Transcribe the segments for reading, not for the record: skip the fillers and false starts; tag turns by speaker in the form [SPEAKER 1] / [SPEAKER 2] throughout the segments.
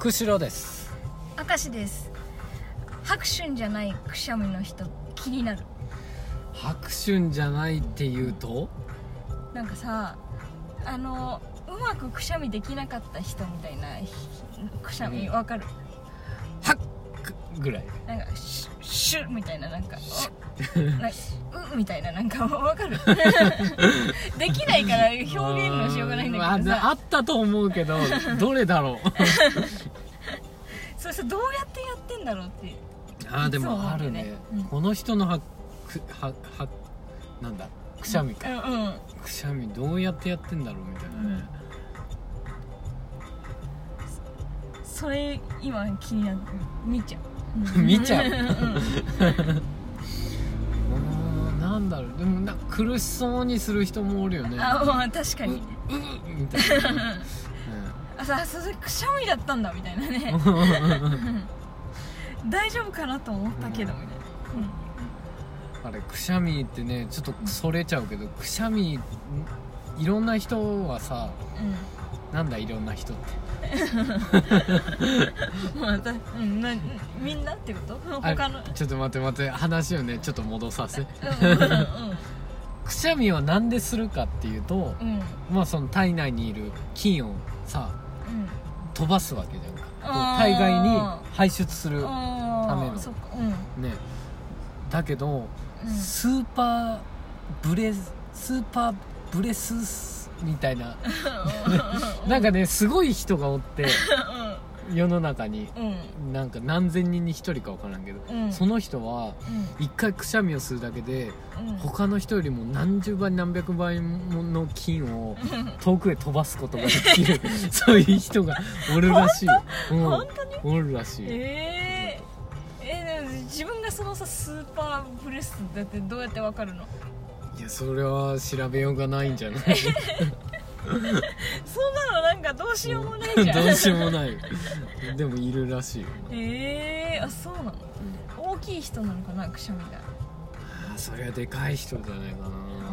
[SPEAKER 1] 釧路です。
[SPEAKER 2] 明石です。白春じゃないくしゃみの人気になる。
[SPEAKER 1] 白春じゃないっていうと、
[SPEAKER 2] なんかさ、うまくくしゃみできなかった人みたいなくしゃみわかる？
[SPEAKER 1] はっぐらい。
[SPEAKER 2] なんかシュッみたいな、なんかみたいな、なんかわかる？できないから表現のしようがないんだけどさ。
[SPEAKER 1] あったと思うけどどれだろう。
[SPEAKER 2] それさ、どうやってやってんだろうって。
[SPEAKER 1] でもあるね、この人のなんだくしゃみか、くしゃみどうやってやってんだろうみたいなね、
[SPEAKER 2] それ今気になる。見ちゃう
[SPEAKER 1] 見ちゃうなんだろう、でも苦しそうにする人もおるよね。
[SPEAKER 2] 確かに
[SPEAKER 1] みたいな、
[SPEAKER 2] それくしゃみだったんだみたいなね。大丈夫かなと思ったけどみたいな、
[SPEAKER 1] あれくしゃみってね、ちょっとそれちゃうけど、くしゃみいろんな人はさ、なんだいろんな人って
[SPEAKER 2] みんなってこと？他の
[SPEAKER 1] ちょっと待って話をねちょっと戻させ。くしゃみはなんでするかっていうと、その体内にいる菌をさ、飛ばすわけじゃんか。体外に排出するための、ね。だけど、スーパーブレスみたいななんかね、すごい人がおって世の中に、なんか何千人に一人か分からんけど、その人は一回くしゃみをするだけで、他の人よりも何十倍何百倍もの菌を遠くへ飛ばすことができるそういう人がおるらしい。
[SPEAKER 2] 本当に
[SPEAKER 1] おるらしい。
[SPEAKER 2] 自分がそのさ、スーパーブレスだってどうやって分かるの？
[SPEAKER 1] いや、それは調べようがないんじゃない？
[SPEAKER 2] そんなのなんかどうしようもないじゃん。
[SPEAKER 1] どうしようもないでもいるらしいよ。
[SPEAKER 2] そうなの、大きい人なのかな、くしゃみが。
[SPEAKER 1] それはでかい人じゃないか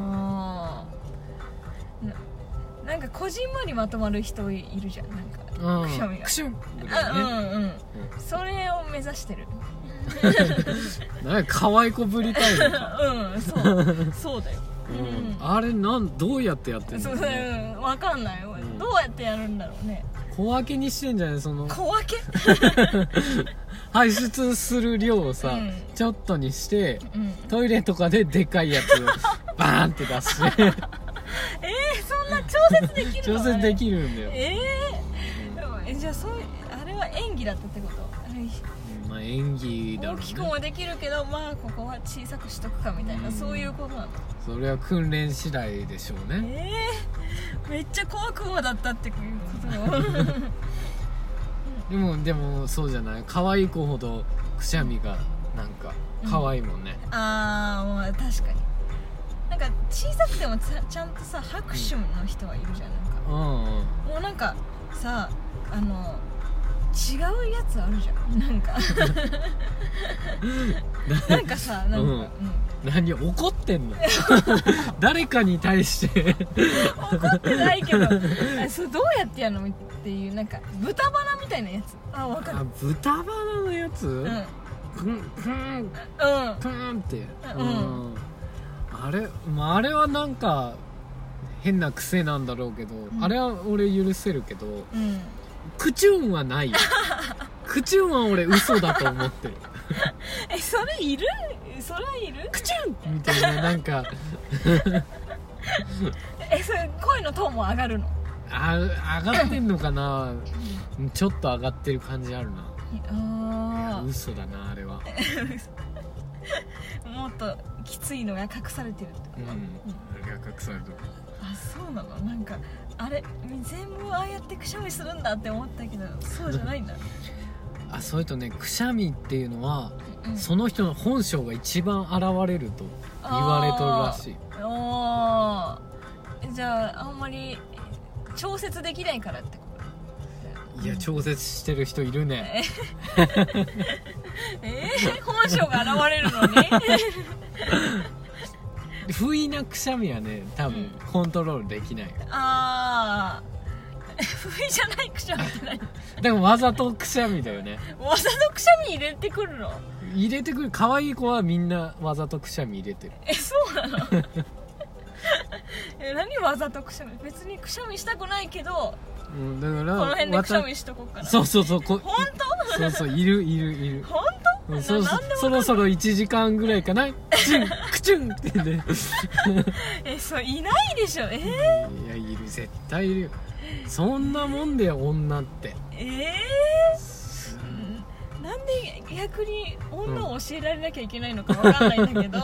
[SPEAKER 1] な。
[SPEAKER 2] なんかこじんまりまとまる人いるじゃん、なんかくしゃみが
[SPEAKER 1] くしゅんぐらいね。
[SPEAKER 2] それを目指してる。
[SPEAKER 1] なんか可愛い子ぶりたいのか。
[SPEAKER 2] そうだよ。
[SPEAKER 1] あれどうやってやってんの？
[SPEAKER 2] わかんない。どうやってやるんだろうね。
[SPEAKER 1] 小分けにしてんじゃない？その
[SPEAKER 2] 小分け
[SPEAKER 1] 排出する量をさ、ちょっとにして、トイレとかででかいやつをバーンって出して。
[SPEAKER 2] そんな調節できるの？
[SPEAKER 1] 調節できるんだよ。
[SPEAKER 2] じゃああれは演技だったってこと？
[SPEAKER 1] 演技だろうね。
[SPEAKER 2] 大きくもできるけど、ここは小さくしとくかみたいな、そういうことなの？
[SPEAKER 1] それは訓練次第でしょうね。
[SPEAKER 2] めっちゃ怖くもだったっていうこと
[SPEAKER 1] でもそうじゃない？可愛い子ほどくしゃみがなんか可愛いもんね。
[SPEAKER 2] 確かに。なんか小さくてもちゃんとさ、拍手の人はいるじゃん。なんかもうなんかさ、違うやつあるじゃん。なんかなんかさ、
[SPEAKER 1] 何怒ってんの？誰かに対して
[SPEAKER 2] 怒ってないけど、それどうやってやるのっていう、なんか豚鼻みたいなやつ。わかる？
[SPEAKER 1] 豚鼻のやつ？クンって、あれはなんか変な癖なんだろうけど、あれは俺許せるけど、クチューンはないよ。クチューンは俺嘘だと思ってる。
[SPEAKER 2] それいる？それはいる？
[SPEAKER 1] クチューンみたいな、なんか
[SPEAKER 2] それ声のトーンも上がるの？
[SPEAKER 1] 上がってんのかな。ちょっと上がってる感じあるな。嘘だな、あれは。
[SPEAKER 2] もっときついのが隠されてるってこと？
[SPEAKER 1] あれが隠されてる。
[SPEAKER 2] そうなの？なんかあれ全部ああやってくしゃみするんだって思ったけど、そうじゃないんだ。
[SPEAKER 1] それとね、くしゃみっていうのは、その人の本性が一番現れると言われとるらしい。
[SPEAKER 2] じゃああんまり調節できないからってこと？
[SPEAKER 1] いや、調節してる人いるね。
[SPEAKER 2] 本性が現れるのに
[SPEAKER 1] 不意なくしゃみはね、多分コントロールできない。
[SPEAKER 2] 不意じゃないくしゃみって何？
[SPEAKER 1] でもわざとくしゃみだよね。
[SPEAKER 2] わざとくしゃみ入れてくるの？
[SPEAKER 1] 入れてくる。可愛い子はみんなわざとくしゃみ入れてる。
[SPEAKER 2] そうなの？何わざとくしゃみ？別にくしゃみしたくないけど、
[SPEAKER 1] だから
[SPEAKER 2] この辺でくしゃみしとこうかな。
[SPEAKER 1] そう本当？そういる
[SPEAKER 2] 本当？
[SPEAKER 1] そろそろ1時間ぐらいかな。クチュンってね。
[SPEAKER 2] そういないでしょ。
[SPEAKER 1] いやいる、絶対いるよ。そんなもんだよ女って。
[SPEAKER 2] なんで逆に女を教えられなきゃいけないのかわかんないんだけど、い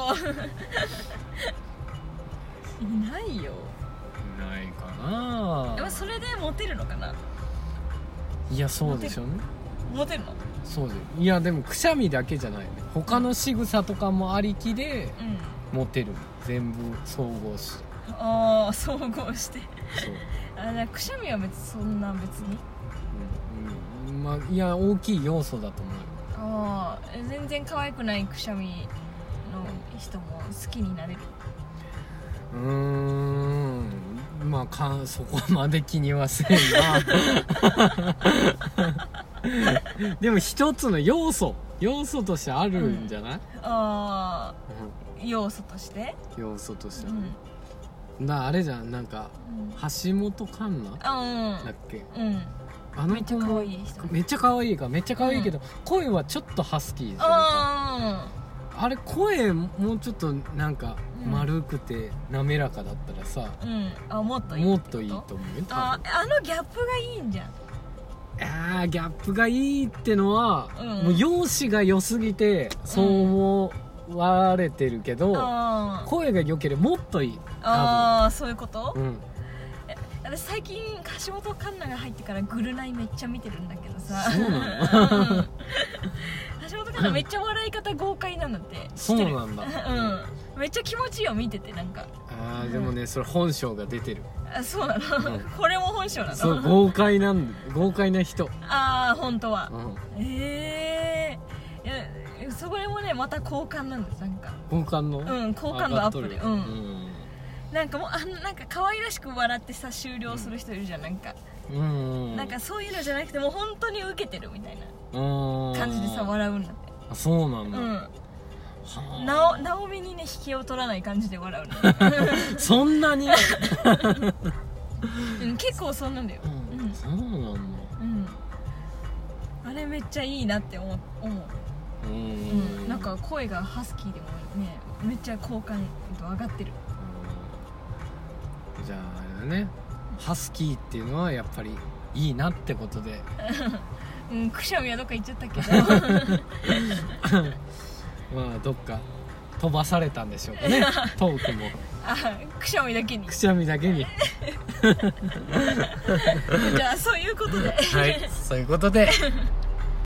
[SPEAKER 2] ないよ。
[SPEAKER 1] ないかな。
[SPEAKER 2] でもそれでモテるのかな。
[SPEAKER 1] いやそうでしょうね。
[SPEAKER 2] モテるの？
[SPEAKER 1] そうで。いやでもくしゃみだけじゃないね。他の仕草とかもありきでモテる。全部総合して。
[SPEAKER 2] ああ総合して。
[SPEAKER 1] そう
[SPEAKER 2] くしゃみはそんな別に、
[SPEAKER 1] まあいや大きい要素だと
[SPEAKER 2] 思う。全然可愛くないくしゃみの人も好きになれる。
[SPEAKER 1] まあそこまで気にはせんな。でも一つの要素としてあるんじゃない？
[SPEAKER 2] 要素として、
[SPEAKER 1] あれじゃん、なんか、橋本環奈だっけ？あの子もめっちゃ可愛いけど、声はちょっとハスキーですよ。あれ声もうちょっとなんか丸くて滑らかだったらさ、もっといいと思うよ。
[SPEAKER 2] あのギャップがいいんじゃん。
[SPEAKER 1] ギャップがいいってのは、もう容姿が良すぎてそう思われてるけど、声が良ければもっといい。
[SPEAKER 2] そういうこと？私最近橋本環奈が入ってからグルナイめっちゃ見てるんだけどさ。
[SPEAKER 1] そうなの？
[SPEAKER 2] 橋本環奈めっちゃ笑い方豪快なんだって。
[SPEAKER 1] そうなんだ。
[SPEAKER 2] めっちゃ気持ちいいよ見ててなんか。
[SPEAKER 1] でもねそれ本性が出てる。
[SPEAKER 2] そうなの？これも本性なの？
[SPEAKER 1] そう豪快な人。
[SPEAKER 2] 本当は。そこもねまた好感なんです。なんか
[SPEAKER 1] 好感の
[SPEAKER 2] 好感度アップで。なんかもうなんか可愛らしく笑ってさ終了する人いるじゃん。なんかなんかそういうのじゃなくてもう本当に受けてるみたいな感じでさ笑うんだって。
[SPEAKER 1] そうなんだ。
[SPEAKER 2] 直美にね引きを取らない感じで笑うの。
[SPEAKER 1] そんなに？
[SPEAKER 2] 結構そんなんだよ。
[SPEAKER 1] そうなんだ。
[SPEAKER 2] あれめっちゃいいなって思う。なんか声がハスキーでもねめっちゃ好感度上がってる。
[SPEAKER 1] じゃああれだね、ハスキーっていうのはやっぱりいいなってことで。
[SPEAKER 2] くしゃみはどっか行っちゃったけど。
[SPEAKER 1] まあどっか飛ばされたんでしょうかね。トークも
[SPEAKER 2] くしゃみだけに。
[SPEAKER 1] じ
[SPEAKER 2] ゃあそういうことで。
[SPEAKER 1] はい、そういうことで